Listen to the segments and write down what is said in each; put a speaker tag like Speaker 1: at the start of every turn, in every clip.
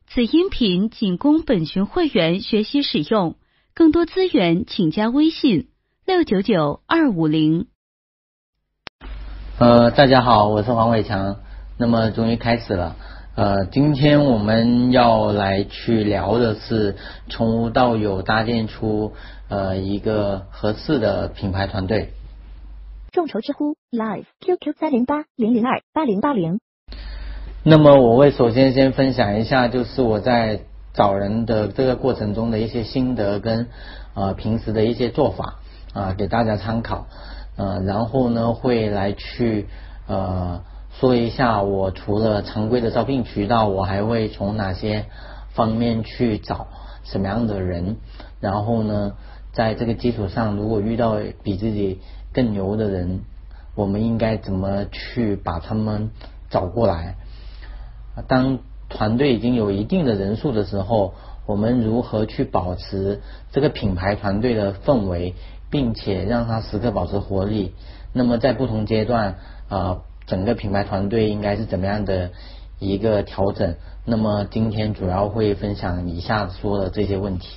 Speaker 1: 此音频仅供本群会员学习使用，更多资源请加微信699-250。
Speaker 2: 大家好，我是黄伟强。那么终于开始了。今天我们要来去聊的是从无到有搭建出一个合适的品牌团队。
Speaker 3: 众筹知乎 Live QQ 308-002-8080。
Speaker 2: 那么我会首先分享一下，就是我在找人的这个过程中的一些心得跟平时的一些做法给大家参考。然后呢会来去说一下我除了常规的招聘渠道，我还会从哪些方面去找什么样的人，然后呢在这个基础上，如果遇到比自己更牛的人，我们应该怎么去把他们找过来。当团队已经有一定的人数的时候，我们如何去保持这个品牌团队的氛围，并且让它时刻保持活力。那么在不同阶段整个品牌团队应该是怎么样的一个调整。那么今天主要会分享以下说的这些问题。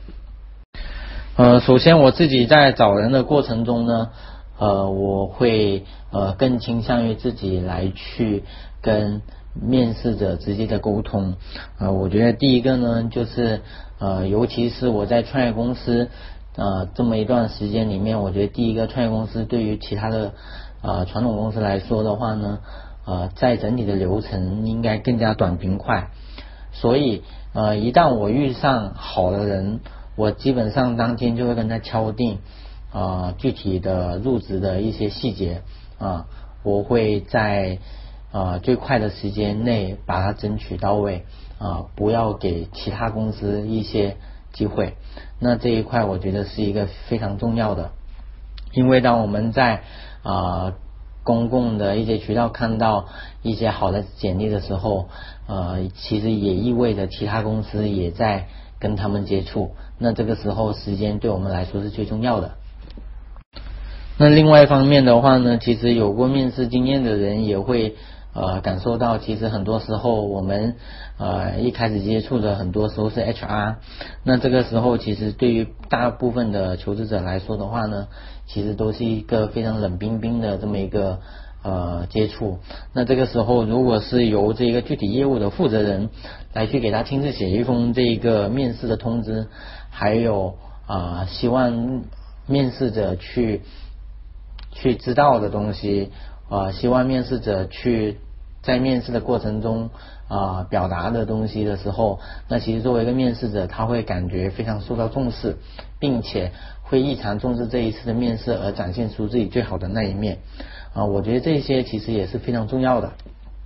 Speaker 2: 首先我自己在找人的过程中呢，我会更倾向于自己来去跟面试者直接的沟通。我觉得第一个呢，就是尤其是我在创业公司这么一段时间里面，我觉得第一个创业公司对于其他的传统公司来说的话呢，在整体的流程应该更加短平快。所以一旦我遇上好的人，我基本上当天就会跟他敲定具体的入职的一些细节我会在最快的时间内把它争取到位不要给其他公司一些机会。那这一块我觉得是一个非常重要的，因为当我们在公共的一些渠道看到一些好的简历的时候，其实也意味着其他公司也在跟他们接触，那这个时候时间对我们来说是最重要的。那另外一方面的话呢，其实有过面试经验的人也会感受到，其实很多时候我们一开始接触的很多时候是 HR， 那这个时候其实对于大部分的求职者来说的话呢，其实都是一个非常冷冰冰的这么一个接触。那这个时候如果是由这个具体业务的负责人来去给他亲自写一封这个面试的通知，还有希望面试者去知道的东西，希望面试者去在面试的过程中表达的东西的时候，那其实作为一个面试者，他会感觉非常受到重视，并且会异常重视这一次的面试，而展现出自己最好的那一面我觉得这些其实也是非常重要的。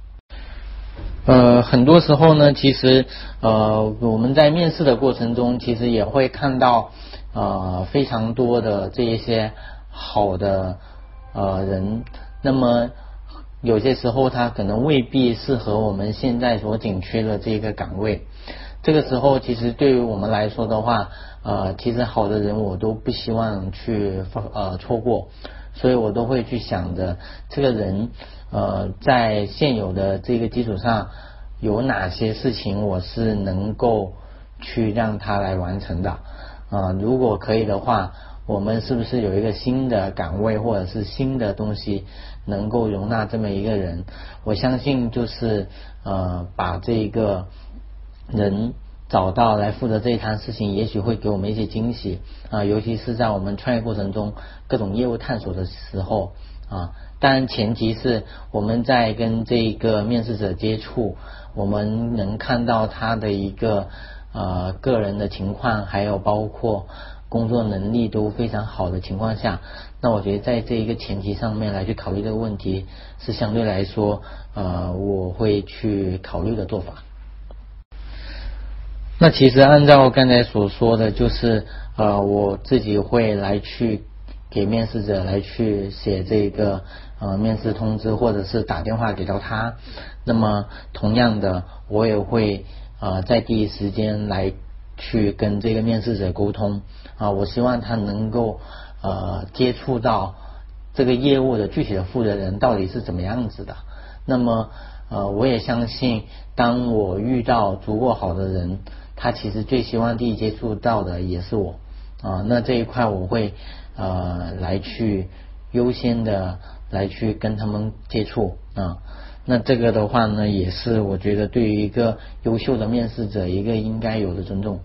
Speaker 2: 很多时候呢，其实我们在面试的过程中，其实也会看到非常多的这一些好的人，那么有些时候他可能未必适合我们现在所紧缺的这个岗位。这个时候其实对于我们来说的话，其实好的人我都不希望去错过，所以我都会去想着这个人在现有的这个基础上有哪些事情我是能够去让他来完成的如果可以的话，我们是不是有一个新的岗位或者是新的东西能够容纳这么一个人。我相信就是把这个人找到来负责这一摊事情，也许会给我们一些惊喜尤其是在我们创业过程中各种业务探索的时候当然前提是我们在跟这个面试者接触，我们能看到他的一个个人的情况，还有包括工作能力都非常好的情况下，那我觉得在这一个前提上面来去考虑这个问题，是相对来说我会去考虑的做法。那其实按照刚才所说的，就是我自己会来去给面试者来去写这个面试通知，或者是打电话给到他。那么同样的，我也会在第一时间来去跟这个面试者沟通我希望他能够接触到这个业务的具体的负责人到底是怎么样子的。那么我也相信当我遇到足够好的人，他其实最希望第一接触到的也是我那这一块我会来去优先的来去跟他们接触那这个的话呢，也是我觉得对于一个优秀的面试者一个应该有的尊重。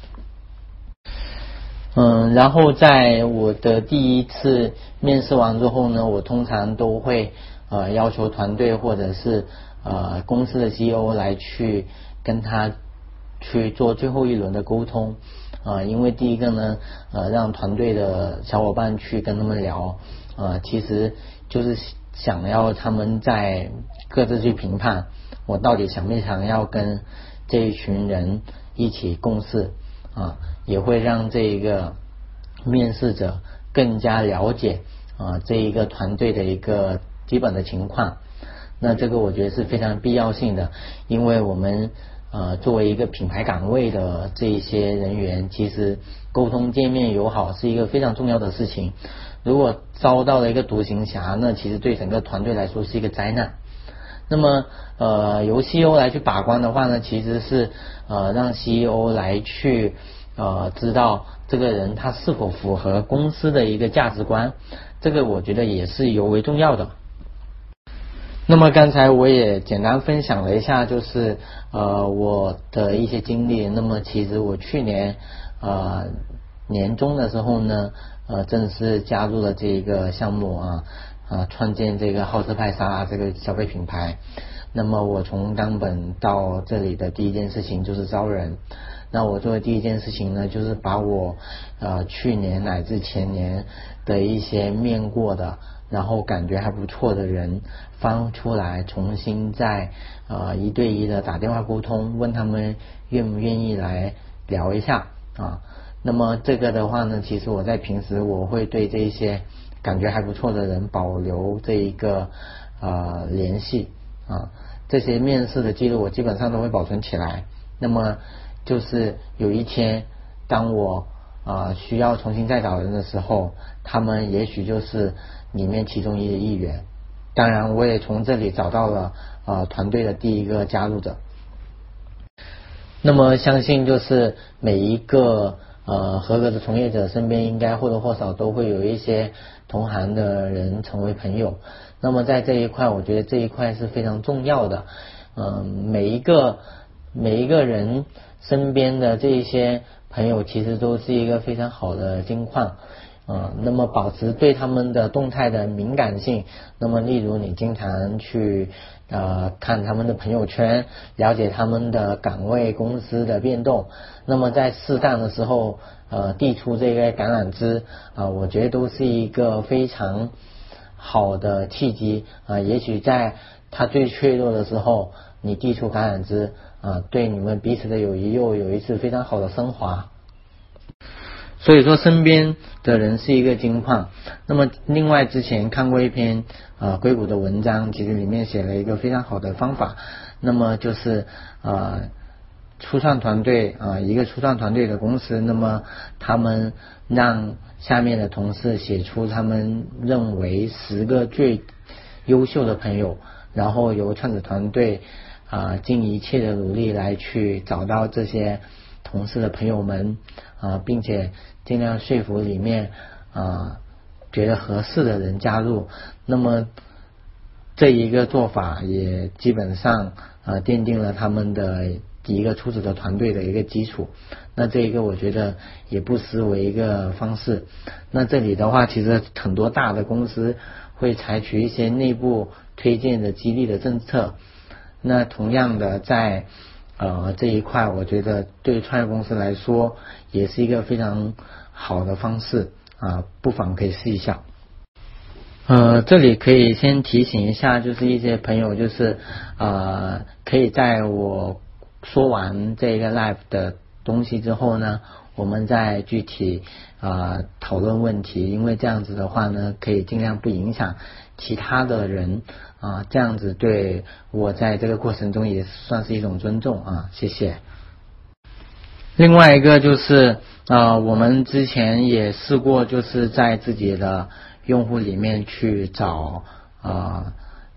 Speaker 2: 然后在我的第一次面试完之后呢，我通常都会要求团队或者是公司的 CEO 来去跟他去做最后一轮的沟通因为第一个呢让团队的小伙伴去跟他们聊其实就是想要他们在各自去评判我到底想不想要跟这一群人一起共事也会让这一个面试者更加了解这一个团队的一个基本的情况。那这个我觉得是非常必要性的，因为我们作为一个品牌岗位的这一些人员，其实沟通界面友好是一个非常重要的事情。如果遭到了一个独行侠，那其实对整个团队来说是一个灾难。那么由 CEO 来去把关的话呢，其实是让 CEO 来去知道这个人他是否符合公司的一个价值观，这个我觉得也是尤为重要的。那么刚才我也简单分享了一下就是我的一些经历。那么其实我去年年中的时候呢正式加入了这一个项目创建这个好车派沙拉这个消费品牌。那么我从冈本到这里的第一件事情就是招人。那我做的第一件事情呢，就是把我去年乃至前年的一些面过的然后感觉还不错的人翻出来，重新再一对一的打电话沟通，问他们愿不愿意来聊一下那么这个的话呢，其实我在平时我会对这些感觉还不错的人保留这一个联系这些面试的记录我基本上都会保存起来。那么就是有一天当我需要重新再找人的时候，他们也许就是里面其中一员。当然我也从这里找到了团队的第一个加入者。那么相信就是每一个合格的从业者身边应该或多或少都会有一些同行的人成为朋友。那么在这一块我觉得这一块是非常重要的每一个人身边的这一些朋友其实都是一个非常好的金矿那么保持对他们的动态的敏感性。那么例如你经常去看他们的朋友圈，了解他们的岗位公司的变动，那么在适当的时候递出这个橄榄枝我觉得都是一个非常好的契机也许在他最脆弱的时候你递出橄榄枝对你们彼此的友谊又有一次非常好的升华。所以说身边的人是一个金矿。那么另外之前看过一篇硅谷的文章，其实里面写了一个非常好的方法。那么就是初创团队一个初创团队的公司，那么他们让下面的同事写出他们认为10个最优秀的朋友，然后由创始团队尽一切的努力来去找到这些同事的朋友们并且尽量说服里面觉得合适的人加入。那么这一个做法也基本上奠定了他们的一个初始的团队的一个基础。那这一个我觉得也不失为一个方式。那这里的话其实很多大的公司会采取一些内部推荐的激励的政策。那同样的在这一块我觉得对创业公司来说也是一个非常好的方式不妨可以试一下。这里可以先提醒一下就是一些朋友就是可以在我说完这个 live 的东西之后呢，我们再具体讨论问题，因为这样子的话呢可以尽量不影响其他的人这样子对我在这个过程中也算是一种尊重谢谢。另外一个就是我们之前也试过就是在自己的用户里面去找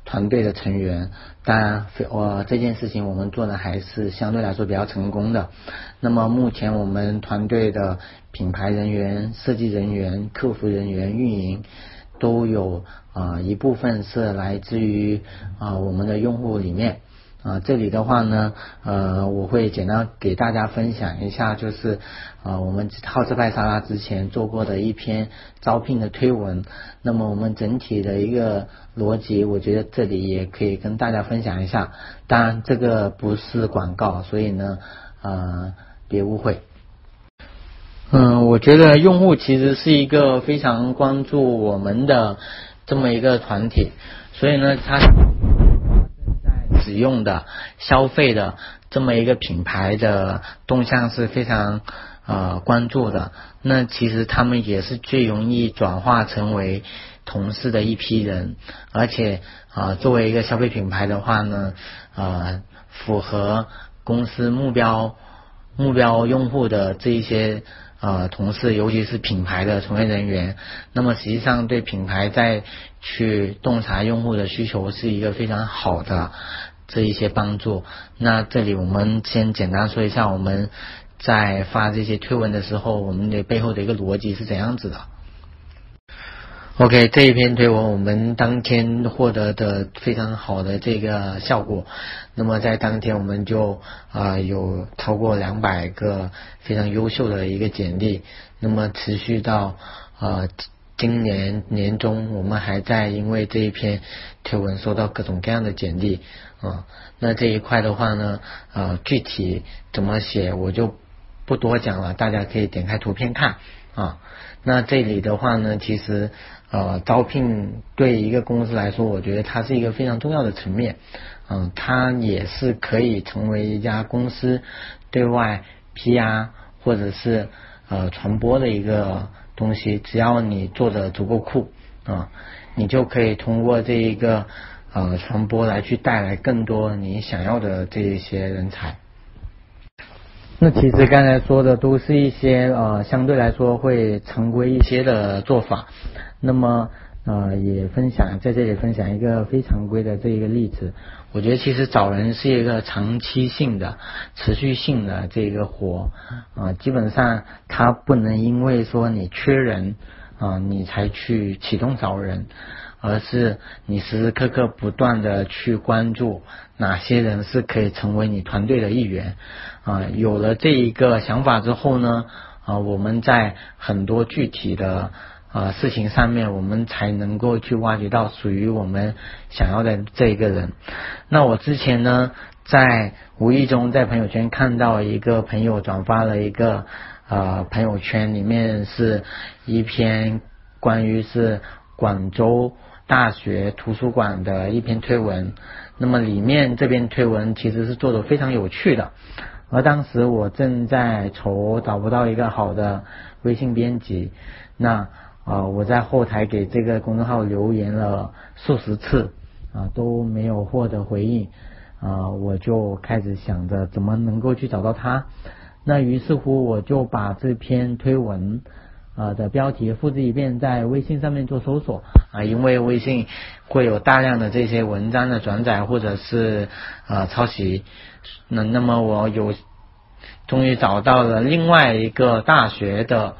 Speaker 2: 团队的成员。当然这件事情我们做的还是相对来说比较成功的。那么目前我们团队的品牌人员、设计人员、客服人员、运营都有一部分是来自于我们的用户里面。这里的话呢，我会简单给大家分享一下，就是我们好吃派沙拉之前做过的一篇招聘的推文。那么我们整体的一个逻辑，我觉得这里也可以跟大家分享一下。当然这个不是广告，所以呢别误会。我觉得用户其实是一个非常关注我们的这么一个团体，所以呢他使用的消费的这么一个品牌的动向是非常关注的。那其实他们也是最容易转化成为同事的一批人，而且作为一个消费品牌的话呢，符合公司目标用户的这一些同事，尤其是品牌的从业人员，那么实际上对品牌再去洞察用户的需求是一个非常好的这一些帮助。那这里我们先简单说一下我们在发这些推文的时候，我们的背后的一个逻辑是怎样子的。OK， 这一篇推文我们当天获得的非常好的这个效果，那么在当天我们就有超过200个非常优秀的一个简历，那么持续到今年年中，我们还在因为这一篇推文收到各种各样的简历那这一块的话呢具体怎么写我就不多讲了，大家可以点开图片看那这里的话呢，其实招聘对一个公司来说，我觉得它是一个非常重要的层面它也是可以成为一家公司对外 PR 或者是传播的一个东西。只要你做的足够酷你就可以通过这一个传播来去带来更多你想要的这一些人才。那其实刚才说的都是一些相对来说会常规一些的做法，那么也在这里分享一个非常规的这一个例子。我觉得其实找人是一个长期性的持续性的这个活基本上它不能因为说你缺人你才去启动找人，而是你时时刻刻不断的去关注哪些人是可以成为你团队的一员有了这一个想法之后呢我们在很多具体的事情上面，我们才能够去挖掘到属于我们想要的这一个人。那我之前呢在无意中在朋友圈看到一个朋友转发了一个朋友圈，里面是一篇关于是广州大学图书馆的一篇推文，那么里面这篇推文其实是做得非常有趣的，而当时我正在找不到一个好的微信编辑，那我在后台给这个公众号留言了数十次都没有获得回应我就开始想着怎么能够去找到他。那于是乎我就把这篇推文的标题复制一遍，在微信上面做搜索因为微信会有大量的这些文章的转载或者是抄袭，那么我终于找到了另外一个大学的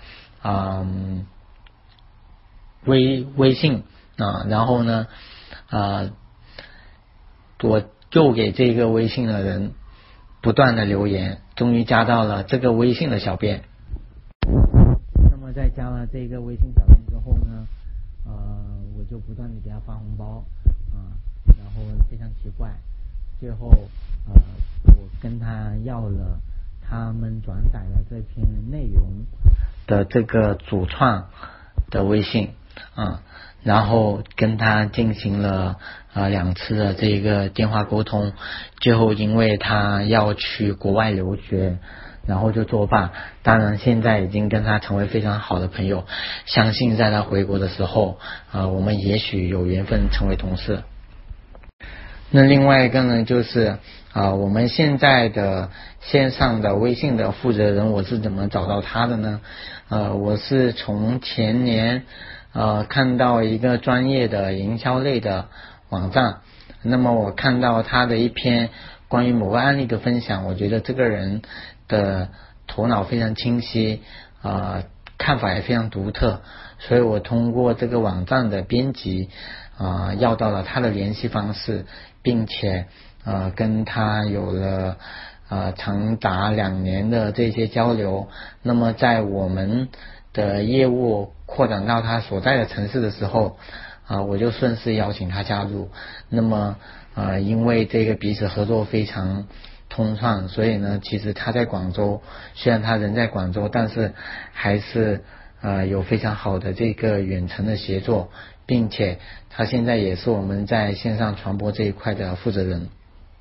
Speaker 2: 微信然后呢我就给这个微信的人不断的留言，终于加到了这个微信的小编。那么在加了这个微信小编之后呢我就不断的给他发红包然后非常奇怪，最后我跟他要了他们转载的这篇内容的这个主创的微信然后跟他进行了2次的这个电话沟通，最后因为他要去国外留学，然后就作罢。当然现在已经跟他成为非常好的朋友，相信在他回国的时候我们也许有缘分成为同事。那另外一个呢就是我们现在的线上的微信的负责人，我是怎么找到他的呢我是从前年看到一个专业的营销类的网站那么我看到他的一篇关于某个案例的分享，我觉得这个人的头脑非常清晰，看法也非常独特，所以我通过这个网站的编辑要到了他的联系方式，并且跟他有了长达2年的这些交流。那么在我们的业务扩展到他所在的城市的时候，我就顺势邀请他加入。那么因为这个彼此合作非常通畅，所以呢，其实他在广州，虽然他人在广州，但是还是有非常好的这个远程的协作，并且他现在也是我们在线上传播这一块的负责人。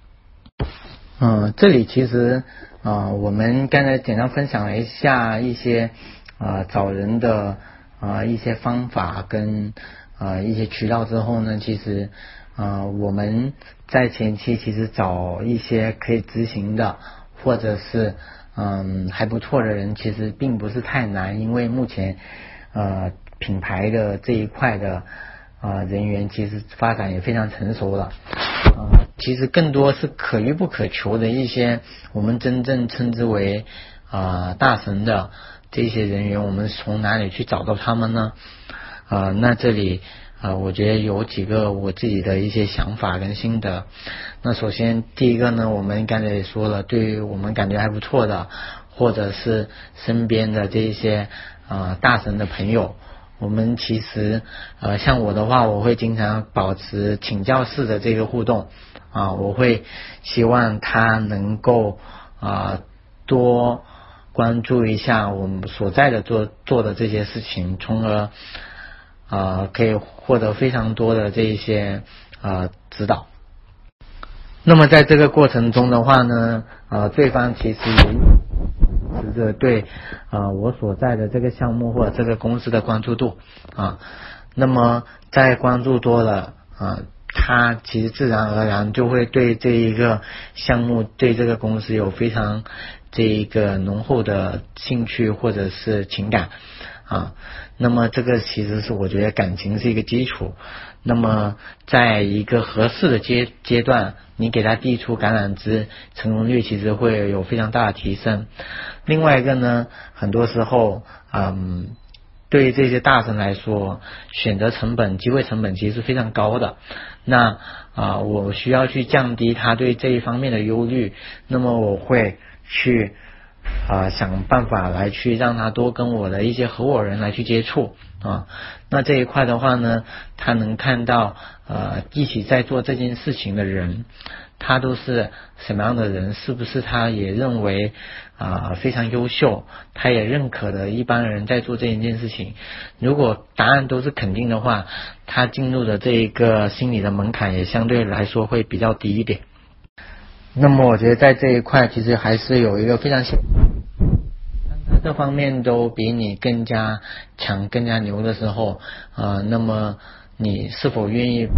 Speaker 2: 这里其实我们刚才简单分享了一下一些找人的一些方法跟一些渠道之后呢，其实我们在前期其实找一些可以执行的或者是还不错的人，其实并不是太难，因为目前品牌的这一块的人员其实发展也非常成熟了。其实更多是可遇不可求的一些我们真正称之为大神的这些人员，我们从哪里去找到他们呢？那这里我觉得有几个我自己的一些想法跟心得。那首先第一个呢，我们刚才也说了，对于我们感觉还不错的或者是身边的这些大神的朋友，我们其实像我的话，我会经常保持请教式的这个互动我会希望他能够多关注一下我们所在的做的这些事情，从而可以获得非常多的这一些指导。那么在这个过程中的话呢，对方其实也持着对我所在的这个项目或者这个公司的关注度那么在关注多了他其实自然而然就会对这一个项目对这个公司有非常这一个浓厚的兴趣或者是情感那么这个其实是我觉得感情是一个基础。那么在一个合适的阶段，你给他递出橄榄枝，成功率其实会有非常大的提升。另外一个呢，很多时候对于这些大神来说，选择成本机会成本其实是非常高的。那我需要去降低他对这一方面的忧虑，那么我会去想办法来去让他多跟我的一些合伙人来去接触那这一块的话呢，他能看到一起在做这件事情的人，他都是什么样的人，是不是他也认为非常优秀，他也认可的一般人在做这一件事情。如果答案都是肯定的话，他进入的这一个心理的门槛也相对来说会比较低一点。那么我觉得在这一块其实还是有一个非常当他这方面都比你更加强更加牛的时候那么你是否愿意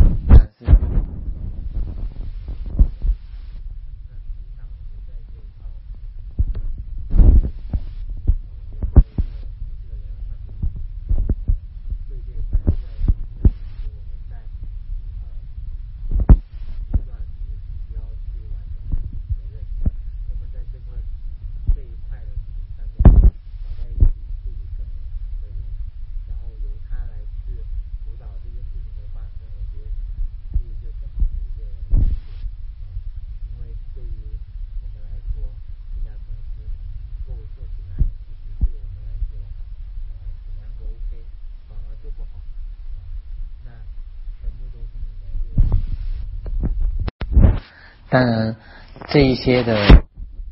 Speaker 2: 当然这一些的基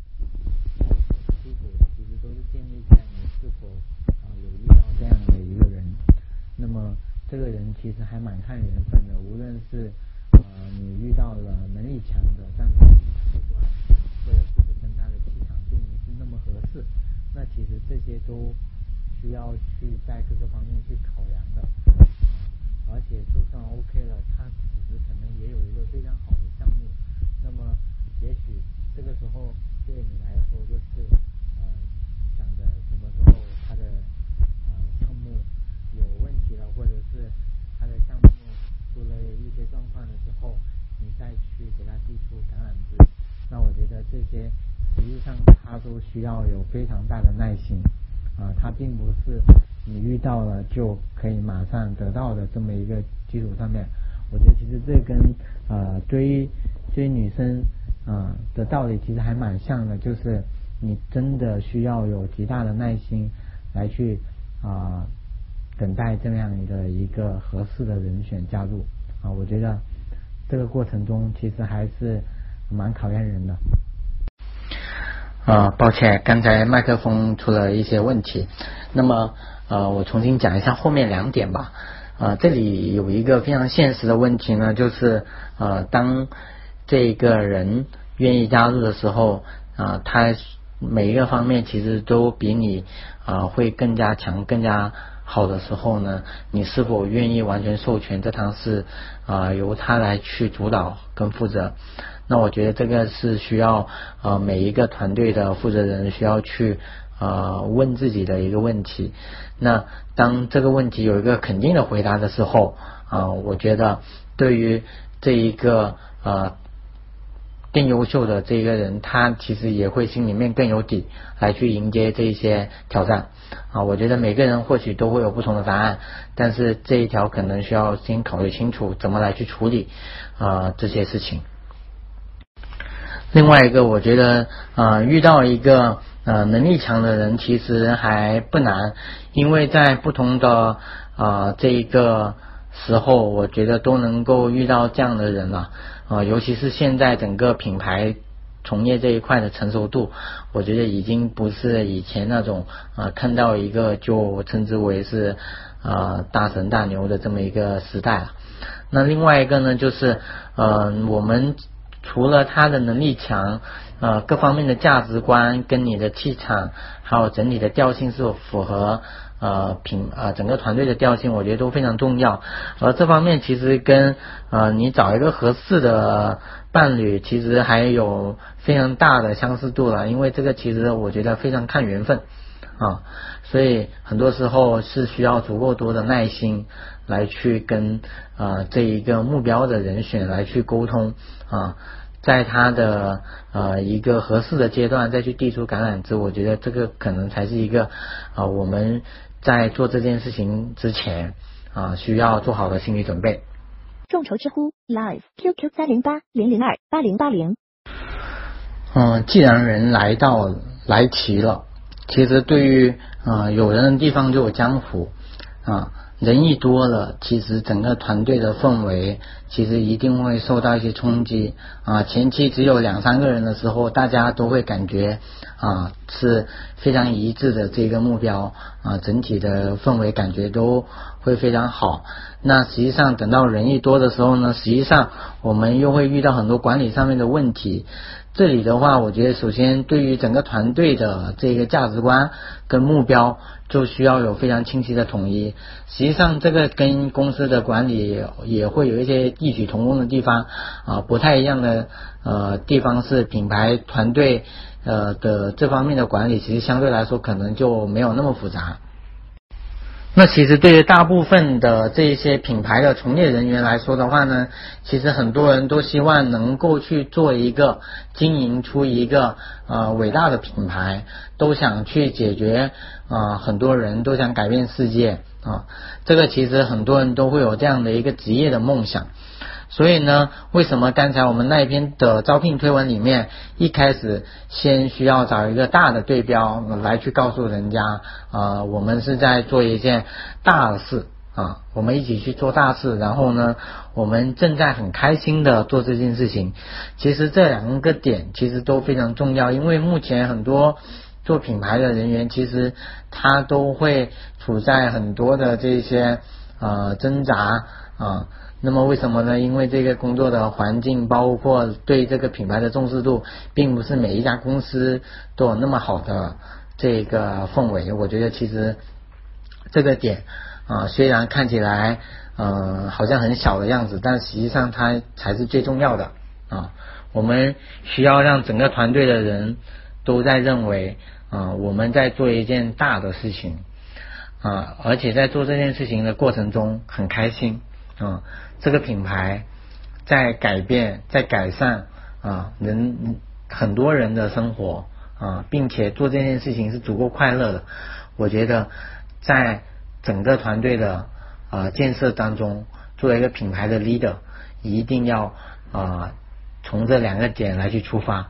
Speaker 2: 础其实都是建立在你是否有遇到这样的一个人。那么这个人其实还蛮看缘分的，无论是你遇到了能力强的，但是客观或者是跟他的气场并不是那么合适，那其实这些都需要去在各个方面去考量的而且就算 OK 了，他其实可能也有一个非常好的项目，那么也许这个时候对你来说就是想着什么时候他的项目有问题了，或者是他的项目出了一些状况的时候，你再时候需要有非常大的耐心它并不是你遇到了就可以马上得到的这么一个基础上面，我觉得其实这跟追女生的道理其实还蛮像的，就是你真的需要有极大的耐心来去等待这样的一个合适的人选加入我觉得这个过程中其实还是蛮考验人的。抱歉，刚才麦克风出了一些问题。那么我重新讲一下后面2点吧。这里有一个非常现实的问题呢，就是当这个人愿意加入的时候他每一个方面其实都比你会更加强更加好的时候呢，你是否愿意完全授权这趟事由他来去主导跟负责？那我觉得这个是需要每一个团队的负责人需要去问自己的一个问题。那当这个问题有一个肯定的回答的时候我觉得对于这一个更优秀的这个人，他其实也会心里面更有底来去迎接这一些挑战我觉得每个人或许都会有不同的答案，但是这一条可能需要先考虑清楚怎么来去处理这些事情。另外一个我觉得遇到一个能力强的人其实还不难，因为在不同的这一个时候我觉得都能够遇到这样的人了尤其是现在整个品牌从业这一块的成熟度，我觉得已经不是以前那种看到一个就称之为是大神大牛的这么一个时代了。那另外一个呢就是我们除了他的能力强各方面的价值观跟你的气场还有整体的调性是否符合整个团队的调性，我觉得都非常重要。而这方面其实跟你找一个合适的伴侣其实还有非常大的相似度了，因为这个其实我觉得非常看缘分所以很多时候是需要足够多的耐心来去跟这一个目标的人选来去沟通在他的一个合适的阶段再去递出橄榄枝，我觉得这个可能才是一个我们在做这件事情之前需要做好的心理准备。
Speaker 3: 众筹知乎 Live QQ 308-002-8080。
Speaker 2: 既然人来齐了，其实对于有人的地方就有江湖人一多了，其实整个团队的氛围其实一定会受到一些冲击前期只有2-3个人的时候，大家都会感觉是非常一致的这个目标整体的氛围感觉都会非常好。那实际上等到人一多的时候呢，实际上我们又会遇到很多管理上面的问题。这里的话我觉得首先对于整个团队的这个价值观跟目标就需要有非常清晰的统一。实际上这个跟公司的管理也会有一些异曲同工的地方不太一样的地方是品牌团队的这方面的管理其实相对来说可能就没有那么复杂。那其实对于大部分的这些品牌的从业人员来说的话呢，其实很多人都希望能够去做一个经营出一个伟大的品牌，都想去解决很多人都想改变世界这个其实很多人都会有这样的一个职业的梦想。所以呢，为什么刚才我们那一篇的招聘推文里面一开始先需要找一个大的对标来去告诉人家我们是在做一件大的事我们一起去做大事，然后呢我们正在很开心的做这件事情。其实这2个点其实都非常重要，因为目前很多做品牌的人员其实他都会处在很多的这些挣扎那么为什么呢？因为这个工作的环境包括对这个品牌的重视度并不是每一家公司都有那么好的这个氛围。我觉得其实这个点虽然看起来好像很小的样子，但实际上它才是最重要的我们需要让整个团队的人都在认为我们在做一件大的事情而且在做这件事情的过程中很开心这个品牌在改变在改善很多人的生活并且做这件事情是足够快乐的，我觉得在整个团队的建设当中，作为一个品牌的 leader， 一定要从这2个点来去出发。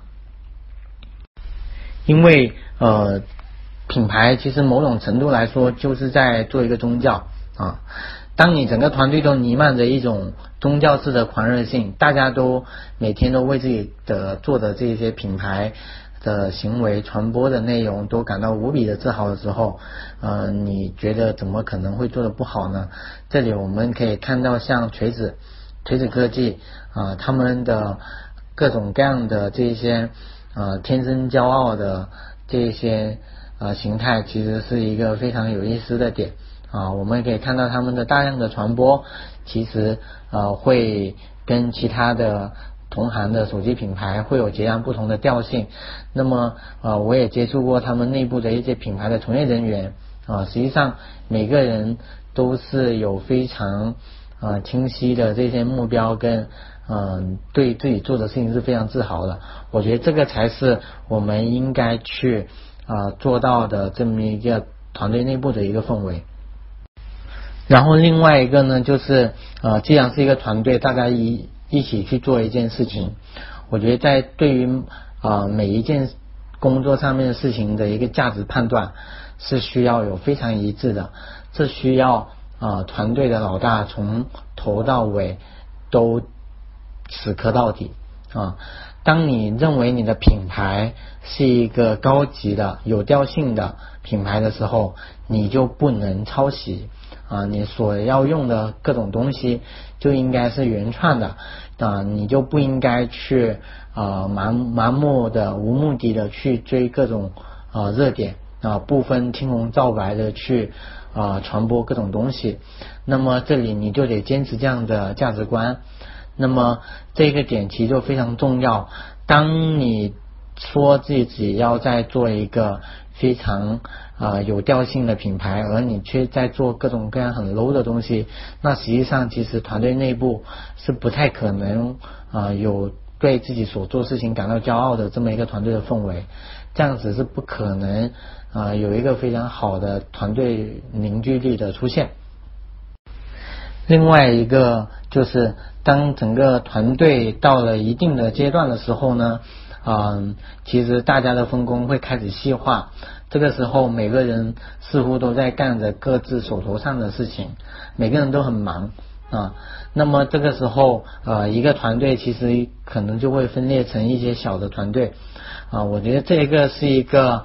Speaker 2: 因为品牌其实某种程度来说就是在做一个宗教当你整个团队都弥漫着一种宗教式的狂热性，大家都每天都为自己的做的这些品牌的行为传播的内容都感到无比的自豪的时候，你觉得怎么可能会做得不好呢？这里我们可以看到像锤子科技他们的各种各样的这些天生骄傲的这些形态，其实是一个非常有意思的点我们可以看到他们的大量的传播，其实会跟其他的同行的手机品牌会有截然不同的调性。那么我也接触过他们内部的一些品牌的从业人员实际上每个人都是有非常清晰的这些目标跟对自己做的事情是非常自豪的。我觉得这个才是我们应该去做到的这么一个团队内部的一个氛围。然后另外一个呢，就是既然是一个团队，大家一起去做一件事情，我觉得在对于每一件工作上面的事情的一个价值判断是需要有非常一致的，这需要团队的老大从头到尾都死磕到底当你认为你的品牌是一个高级的有调性的品牌的时候，你就不能抄袭你所要用的各种东西就应该是原创的你就不应该去盲目的无目的的去追各种热点不分青红皂白的去传播各种东西。那么这里你就得坚持这样的价值观。那么这个点其实就非常重要。当你说自己要在做一个非常有调性的品牌，而你却在做各种各样很 low 的东西，那实际上其实团队内部是不太可能有对自己所做事情感到骄傲的这么一个团队的氛围，这样子是不可能有一个非常好的团队凝聚力的出现。另外一个就是当整个团队到了一定的阶段的时候呢其实大家的分工会开始细化，这个时候每个人似乎都在干着各自手头上的事情，每个人都很忙那么这个时候一个团队其实可能就会分裂成一些小的团队我觉得这个是一个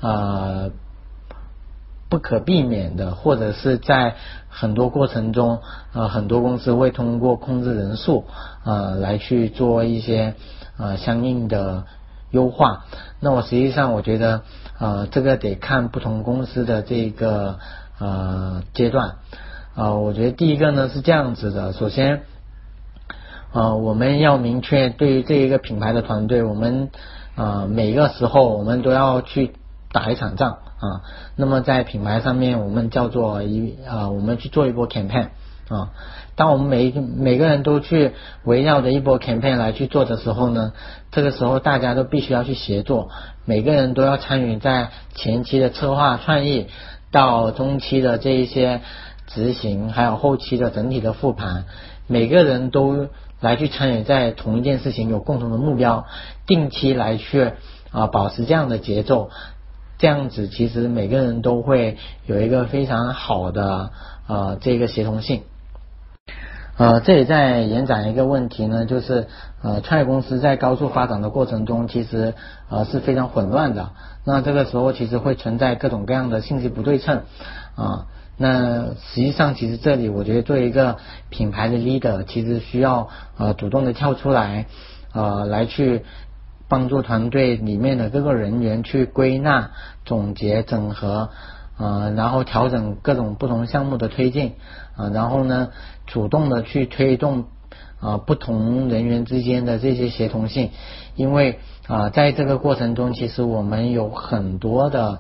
Speaker 2: 不可避免的，或者是在很多过程中很多公司会通过控制人数来去做一些相应的优化。那我实际上我觉得这个得看不同公司的这个阶段我觉得第一个呢是这样子的，首先我们要明确对于这一个品牌的团队，我们每一个时候我们都要去打一场仗那么在品牌上面我们叫做我们去做一波 campaign当我们每个人都去围绕着一波 campaign 来去做的时候呢，这个时候大家都必须要去协作，每个人都要参与在前期的策划创意到中期的这一些执行，还有后期的整体的复盘，每个人都来去参与在同一件事情，有共同的目标，定期来去保持这样的节奏，这样子其实每个人都会有一个非常好的这个协同性这里再延展一个问题呢，就是创业公司在高速发展的过程中其实是非常混乱的，那这个时候其实会存在各种各样的信息不对称那实际上其实这里我觉得作为一个品牌的 leader 其实需要主动的跳出来来去帮助团队里面的各个人员去归纳总结整合然后调整各种不同项目的推进然后呢主动的去推动不同人员之间的这些协同性，因为在这个过程中其实我们有很多的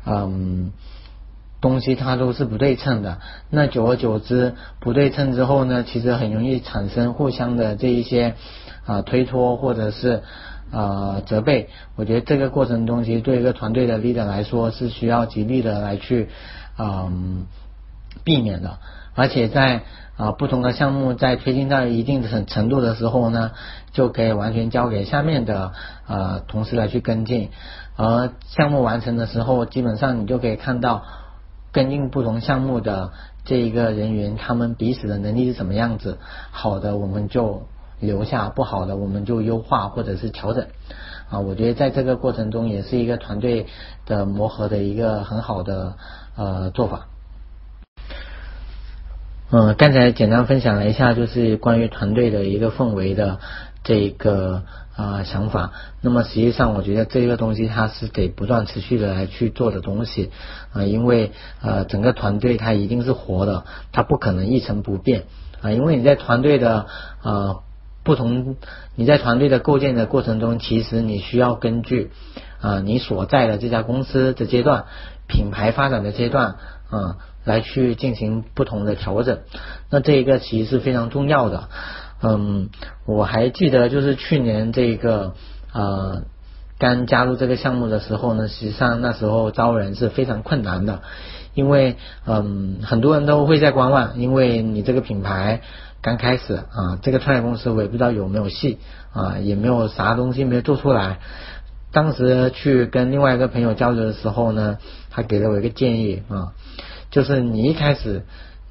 Speaker 2: 东西它都是不对称的，那久而久之不对称之后呢，其实很容易产生互相的这一些推脱或者是责备。我觉得这个过程中其实对一个团队的 leader 来说是需要极力的来去避免的。而且在不同的项目在推进到一定的程度的时候呢，就可以完全交给下面的同事来去跟进。而项目完成的时候，基本上你就可以看到跟进不同项目的这一个人员，他们彼此的能力是什么样子。好的我们就留下，不好的我们就优化或者是调整。我觉得在这个过程中也是一个团队的磨合的一个很好的做法。刚才简单分享了一下就是关于团队的一个氛围的这个想法。那么实际上我觉得这个东西它是得不断持续的来去做的东西因为整个团队它一定是活的，它不可能一成不变因为你在团队的你在团队的构建的过程中，其实你需要根据你所在的这家公司的阶段，品牌发展的阶段来去进行不同的调整。那这一个其实是非常重要的。我还记得就是去年这个刚加入这个项目的时候呢，实际上那时候招人是非常困难的，因为很多人都会在观望，因为你这个品牌刚开始这个创业公司我也不知道有没有戏也没有啥东西没有做出来。当时去跟另外一个朋友交流的时候呢，他给了我一个建议就是你一开始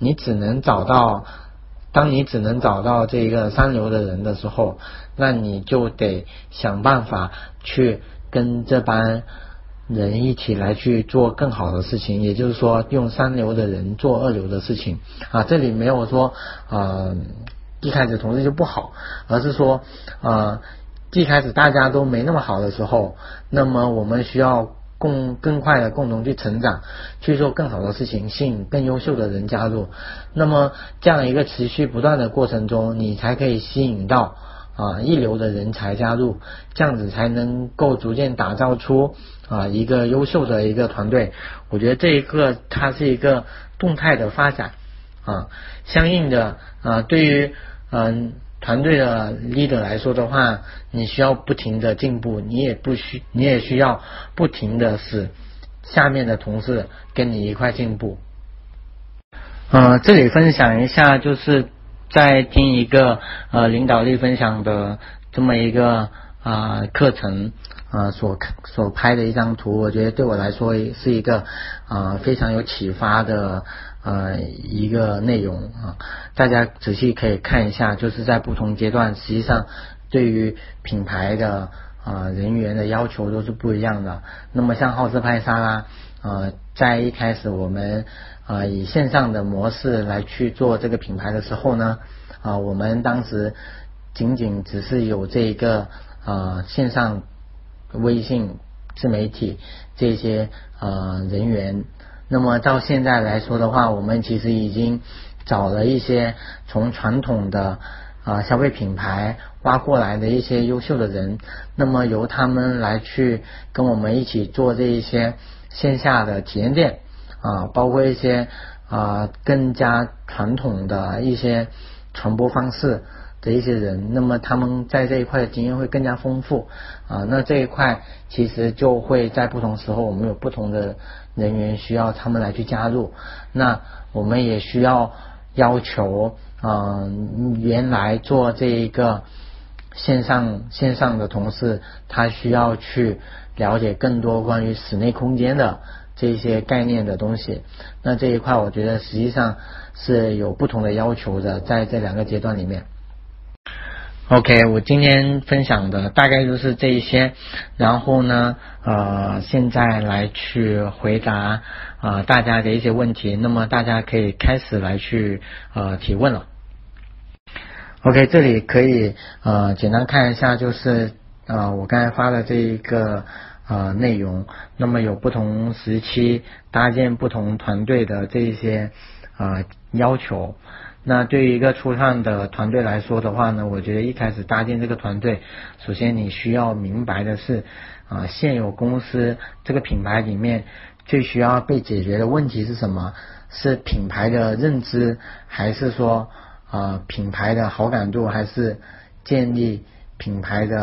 Speaker 2: 当你只能找到这个三流的人的时候，那你就得想办法去跟这班人一起来去做更好的事情，也就是说用三流的人做二流的事情这里没有说一开始同事就不好，而是说一开始大家都没那么好的时候，那么我们需要更快的共同去成长，去做更好的事情，吸引更优秀的人加入。那么这样一个持续不断的过程中，你才可以吸引到一流的人才加入，这样子才能够逐渐打造出一个优秀的一个团队。我觉得这一个它是一个动态的发展相应的对于团队的 leader 来说的话，你需要不停的进步，你也需要不停的使下面的同事跟你一块进步。这里分享一下，就是在听一个领导力分享的这么一个课程所拍的一张图，我觉得对我来说是一个非常有启发的一个内容大家仔细可以看一下，就是在不同阶段，实际上对于品牌的人员的要求都是不一样的。那么像浩斯派沙拉在一开始我们以线上的模式来去做这个品牌的时候呢我们当时仅只是有这个线上微信自媒体这些人员。那么到现在来说的话，我们其实已经找了一些从传统的消费品牌挖过来的一些优秀的人，那么由他们来去跟我们一起做这一些线下的体验店包括一些更加传统的一些传播方式的一些人，那么他们在这一块的经验会更加丰富那这一块其实就会在不同时候我们有不同的人员需要他们来去加入，那我们也需要求原来做这一个线上的同事，他需要去了解更多关于室内空间的这些概念的东西。那这一块我觉得实际上是有不同的要求的，在这两个阶段里面。OK， 我今天分享的大概就是这一些，然后呢现在来去回答大家的一些问题，那么大家可以开始来去提问了。OK， 这里可以简单看一下，就是我刚才发的这一个内容，那么有不同时期搭建不同团队的这一些要求。那对于一个初创的团队来说的话呢，我觉得一开始搭建这个团队，首先你需要明白的是现有公司这个品牌里面最需要被解决的问题是什么，是品牌的认知，还是说品牌的好感度，还是建立品牌的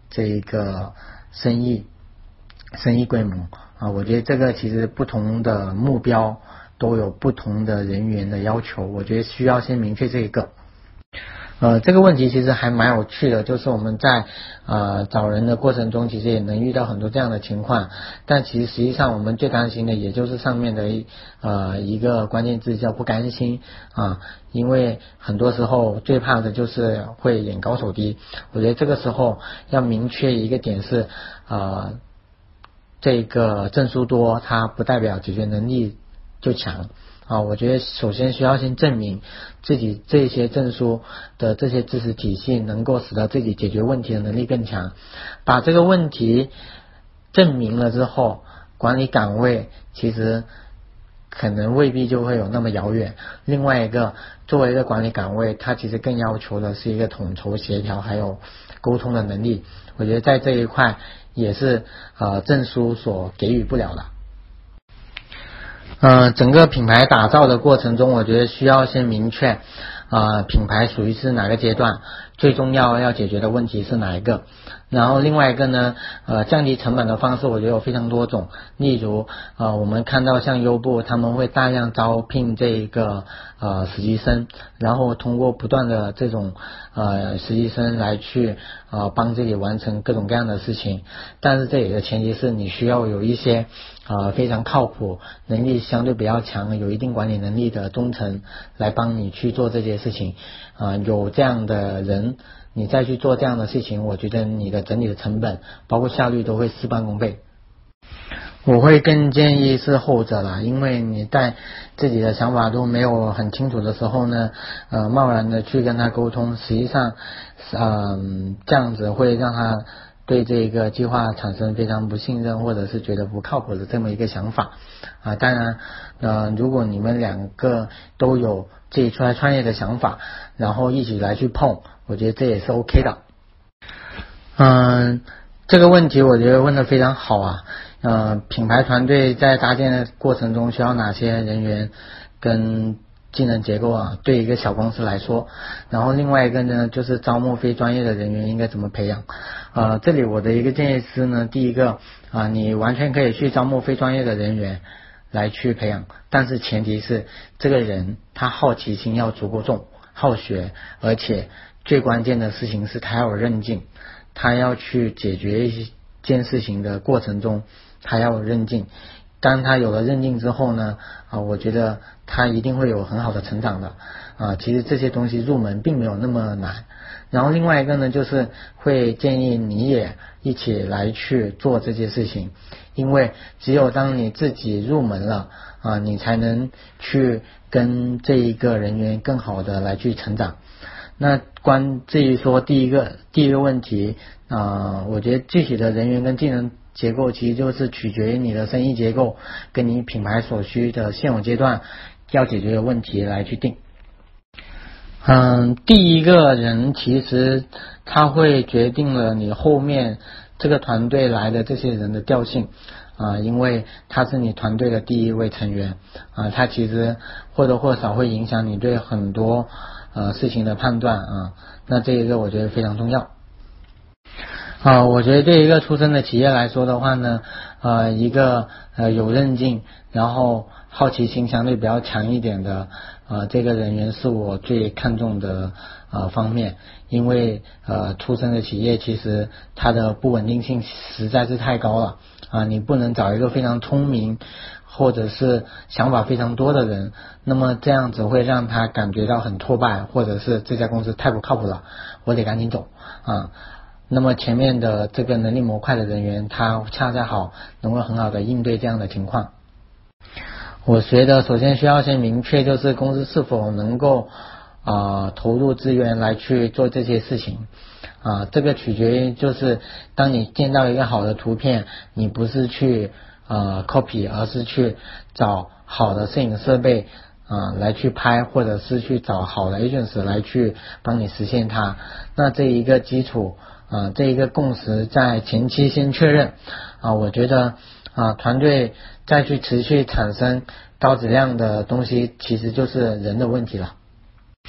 Speaker 2: 这一个生意规模我觉得这个其实不同的目标都有不同的人员的要求，我觉得需要先明确这一个。这个问题其实还蛮有趣的，就是我们在找人的过程中，其实也能遇到很多这样的情况，但其实实际上我们最担心的也就是上面的一个关键字叫不甘心因为很多时候最怕的就是会眼高手低。我觉得这个时候要明确一个点是这个证书多它不代表解决能力就强我觉得首先需要先证明自己这些证书的这些知识体系能够使得自己解决问题的能力更强。把这个问题证明了之后，管理岗位其实可能未必就会有那么遥远。另外一个，作为一个管理岗位，它其实更要求的是一个统筹协调还有沟通的能力。我觉得在这一块也是证书所给予不了的。整个品牌打造的过程中，我觉得需要先明确品牌属于是哪个阶段，最重要解决的问题是哪一个。然后另外一个呢降低成本的方式我觉得有非常多种。例如我们看到像优步他们会大量招聘这个实习生，然后通过不断的这种实习生来去帮自己完成各种各样的事情。但是这里的前提是你需要有一些非常靠谱能力相对比较强有一定管理能力的中层来帮你去做这些事情有这样的人你再去做这样的事情，我觉得你的整体的成本包括效率都会事半功倍。我会更建议是后者啦，因为你在自己的想法都没有很清楚的时候呢贸然的去跟他沟通，实际上这样子会让他对这个计划产生非常不信任或者是觉得不靠谱的这么一个想法当然如果你们两个都有自己出来创业的想法，然后一起来去碰，我觉得这也是 OK 的。这个问题我觉得问得非常好品牌团队在搭建的过程中需要哪些人员跟技能结构对一个小公司来说。然后另外一个呢就是招募非专业的人员应该怎么培养。这里我的一个建议是呢，第一个你完全可以去招募非专业的人员来去培养，但是前提是这个人他好奇心要足够重，好学，而且最关键的事情是他要有韧劲，他要去解决一件事情的过程中他要有韧劲。当他有了韧劲之后呢我觉得他一定会有很好的成长的其实这些东西入门并没有那么难。然后另外一个呢就是会建议你也一起来去做这些事情，因为只有当你自己入门了你才能去跟这一个人员更好的来去成长。那至于说第一个问题我觉得具体的人员跟技能结构其实就是取决于你的生意结构跟你品牌所需的现有阶段要解决的问题来去定。第一个人其实他会决定了你后面这个团队来的这些人的调性因为他是你团队的第一位成员他其实或多或少会影响你对很多事情的判断那这一个我觉得非常重要。我觉得对一个出生的企业来说的话呢一个有韧劲然后好奇心相对比较强一点的这个人员是我最看重的方面。因为出生的企业其实它的不稳定性实在是太高了你不能找一个非常聪明或者是想法非常多的人，那么这样子会让他感觉到很挫败，或者是这家公司太不靠谱了，我得赶紧走那么前面的这个能力模块的人员他恰恰好能够很好的应对这样的情况。我觉得首先需要先明确就是公司是否能够投入资源来去做这些事情这个取决于就是当你见到一个好的图片，你不是去copy 而是去找好的摄影设备来去拍，或者是去找好的 agents 来去帮你实现它。那这一个基础这一个共识在前期先确认我觉得团队再去持续产生高质量的东西其实就是人的问题了。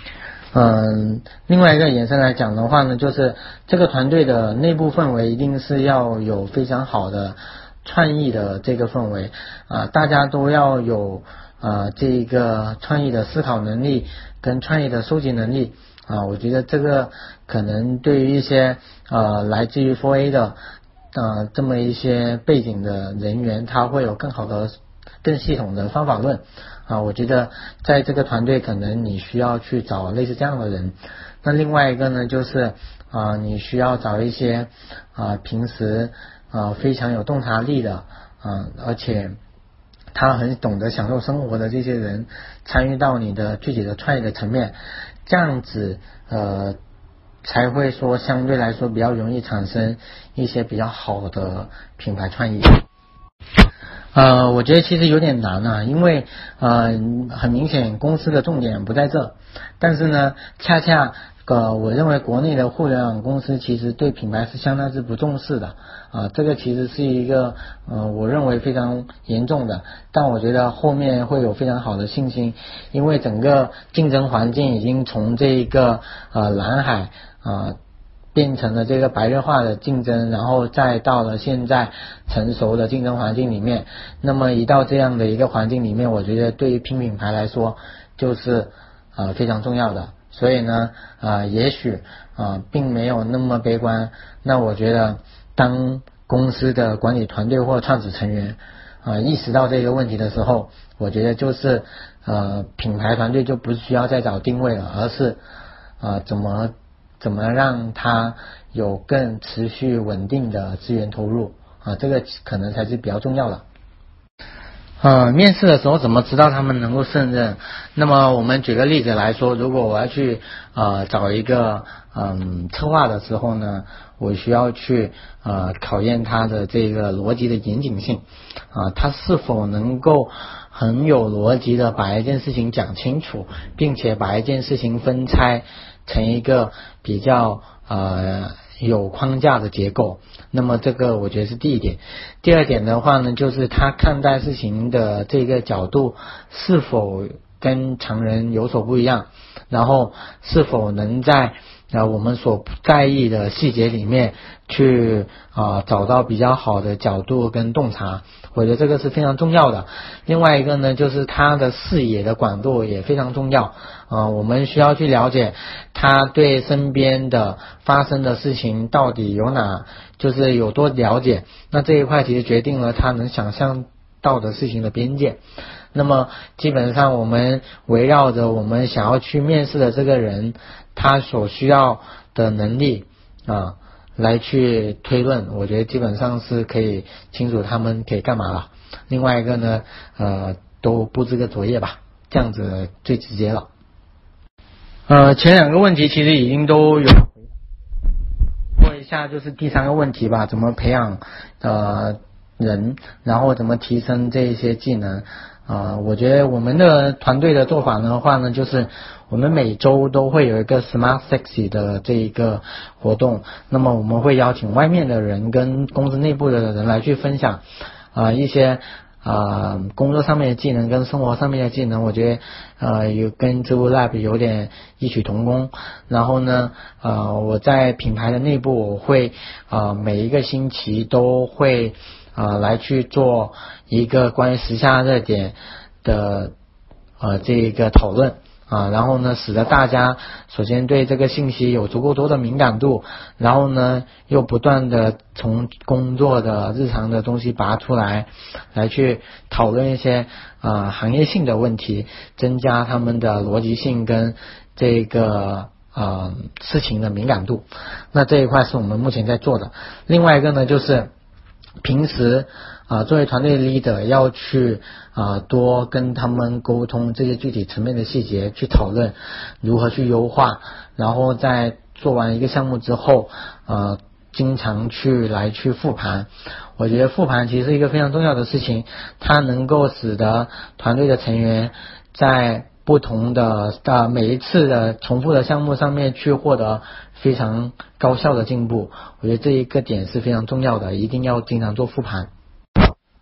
Speaker 2: 另外一个延伸来讲的话呢，就是这个团队的内部氛围一定是要有非常好的创意的这个氛围大家都要有这个创意的思考能力跟创意的收集能力我觉得这个可能对于一些来自于 4A 的这么一些背景的人员，他会有更好的更系统的方法论我觉得在这个团队可能你需要去找类似这样的人。那另外一个呢，就是你需要找一些平时非常有洞察力的而且他很懂得享受生活的这些人参与到你的具体的创意的层面，这样子才会说相对来说比较容易产生一些比较好的品牌创意。我觉得其实有点难因为很明显公司的重点不在这，但是呢恰恰我认为国内的互联网公司其实对品牌是相当之不重视的这个其实是一个我认为非常严重的，但我觉得后面会有非常好的信心，因为整个竞争环境已经从这个蓝海变成了这个白热化的竞争，然后再到了现在成熟的竞争环境里面。那么一到这样的一个环境里面，我觉得对于拼品牌来说就是非常重要的。所以呢也许并没有那么悲观。那我觉得当公司的管理团队或创始成员意识到这个问题的时候，我觉得就是品牌团队就不需要再找定位了，而是怎么让它有更持续稳定的资源投入这个可能才是比较重要的。面试的时候怎么知道他们能够胜任？那么我们举个例子来说，如果我要去找一个策划的时候呢，我需要去考验他的这个逻辑的严谨性他是否能够很有逻辑的把一件事情讲清楚，并且把一件事情分拆成一个比较有框架的结构。那么这个我觉得是第一点。第二点的话呢，就是他看待事情的这个角度是否跟常人有所不一样，然后是否能在我们所在意的细节里面去找到比较好的角度跟洞察，我觉得这个是非常重要的。另外一个呢，就是他的视野的广度也非常重要我们需要去了解他对身边的发生的事情到底就是有多了解，那这一块其实决定了他能想象到的事情的边界。那么基本上我们围绕着我们想要去面试的这个人他所需要的能力来去推论，我觉得基本上是可以清楚他们可以干嘛了。另外一个呢都布置个作业吧，这样子最直接了。前两个问题其实已经都有说一下，就是第三个问题吧，怎么培养人，然后怎么提升这些技能我觉得我们的团队的做法的话呢，就是我们每周都会有一个 Smart Sexy 的这一个活动，那么我们会邀请外面的人跟公司内部的人来去分享一些工作上面的技能跟生活上面的技能，我觉得有跟知乎 Lab 有点异曲同工。然后呢我在品牌的内部我会每一个星期都会来去做一个关于时下热点的这个讨论然后呢使得大家首先对这个信息有足够多的敏感度，然后呢又不断的从工作的日常的东西拔出来去讨论一些行业性的问题，增加他们的逻辑性跟这个事情的敏感度。那这一块是我们目前在做的。另外一个呢，就是平时作为团队 leader 要去多跟他们沟通这些具体层面的细节，去讨论如何去优化，然后在做完一个项目之后经常去复盘。我觉得复盘其实是一个非常重要的事情，它能够使得团队的成员在不同的每一次的重复的项目上面去获得非常高效的进步。我觉得这一个点是非常重要的，一定要经常做复盘。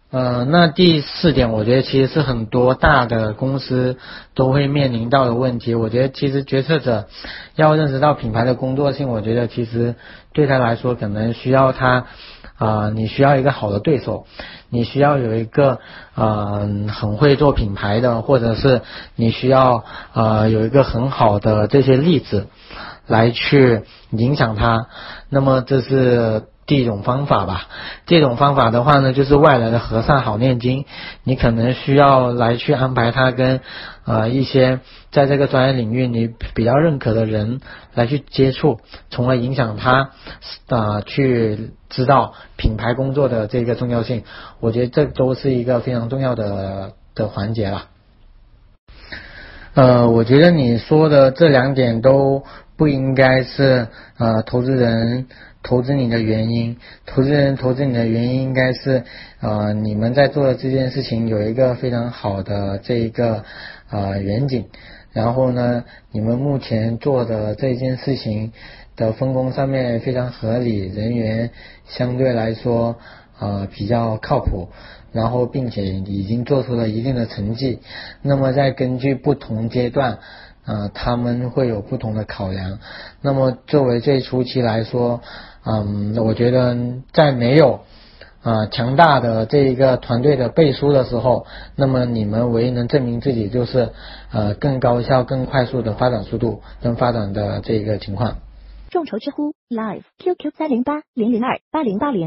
Speaker 2: 那第4点，我觉得其实是很多大的公司都会面临到的问题。我觉得其实决策者要认识到品牌的工作性，我觉得其实对他来说可能需要你需要一个好的对手，你需要有一个很会做品牌的，或者是你需要有一个很好的这些例子来去影响他。那么这是第一种方法吧。这种方法的话呢，就是外来的和尚好念经，你可能需要来去安排他跟一些在这个专业领域你比较认可的人来去接触，从而影响他去知道品牌工作的这个重要性。我觉得这都是一个非常重要的环节了。我觉得你说的这2点都不应该是投资人投资你的原因。投资人投资你的原因应该是你们在做的这件事情有一个非常好的这一个远景，然后呢你们目前做的这件事情的分工上面非常合理，人员相对来说比较靠谱，然后并且已经做出了一定的成绩。那么再根据不同阶段他们会有不同的考量。那么作为最初期来说，我觉得在没有强大的这一个团队的背书的时候，那么你们唯一能证明自己就是更高效更快速的发展速度跟发展的这个情况。
Speaker 3: 众筹知乎 Live QQ308002880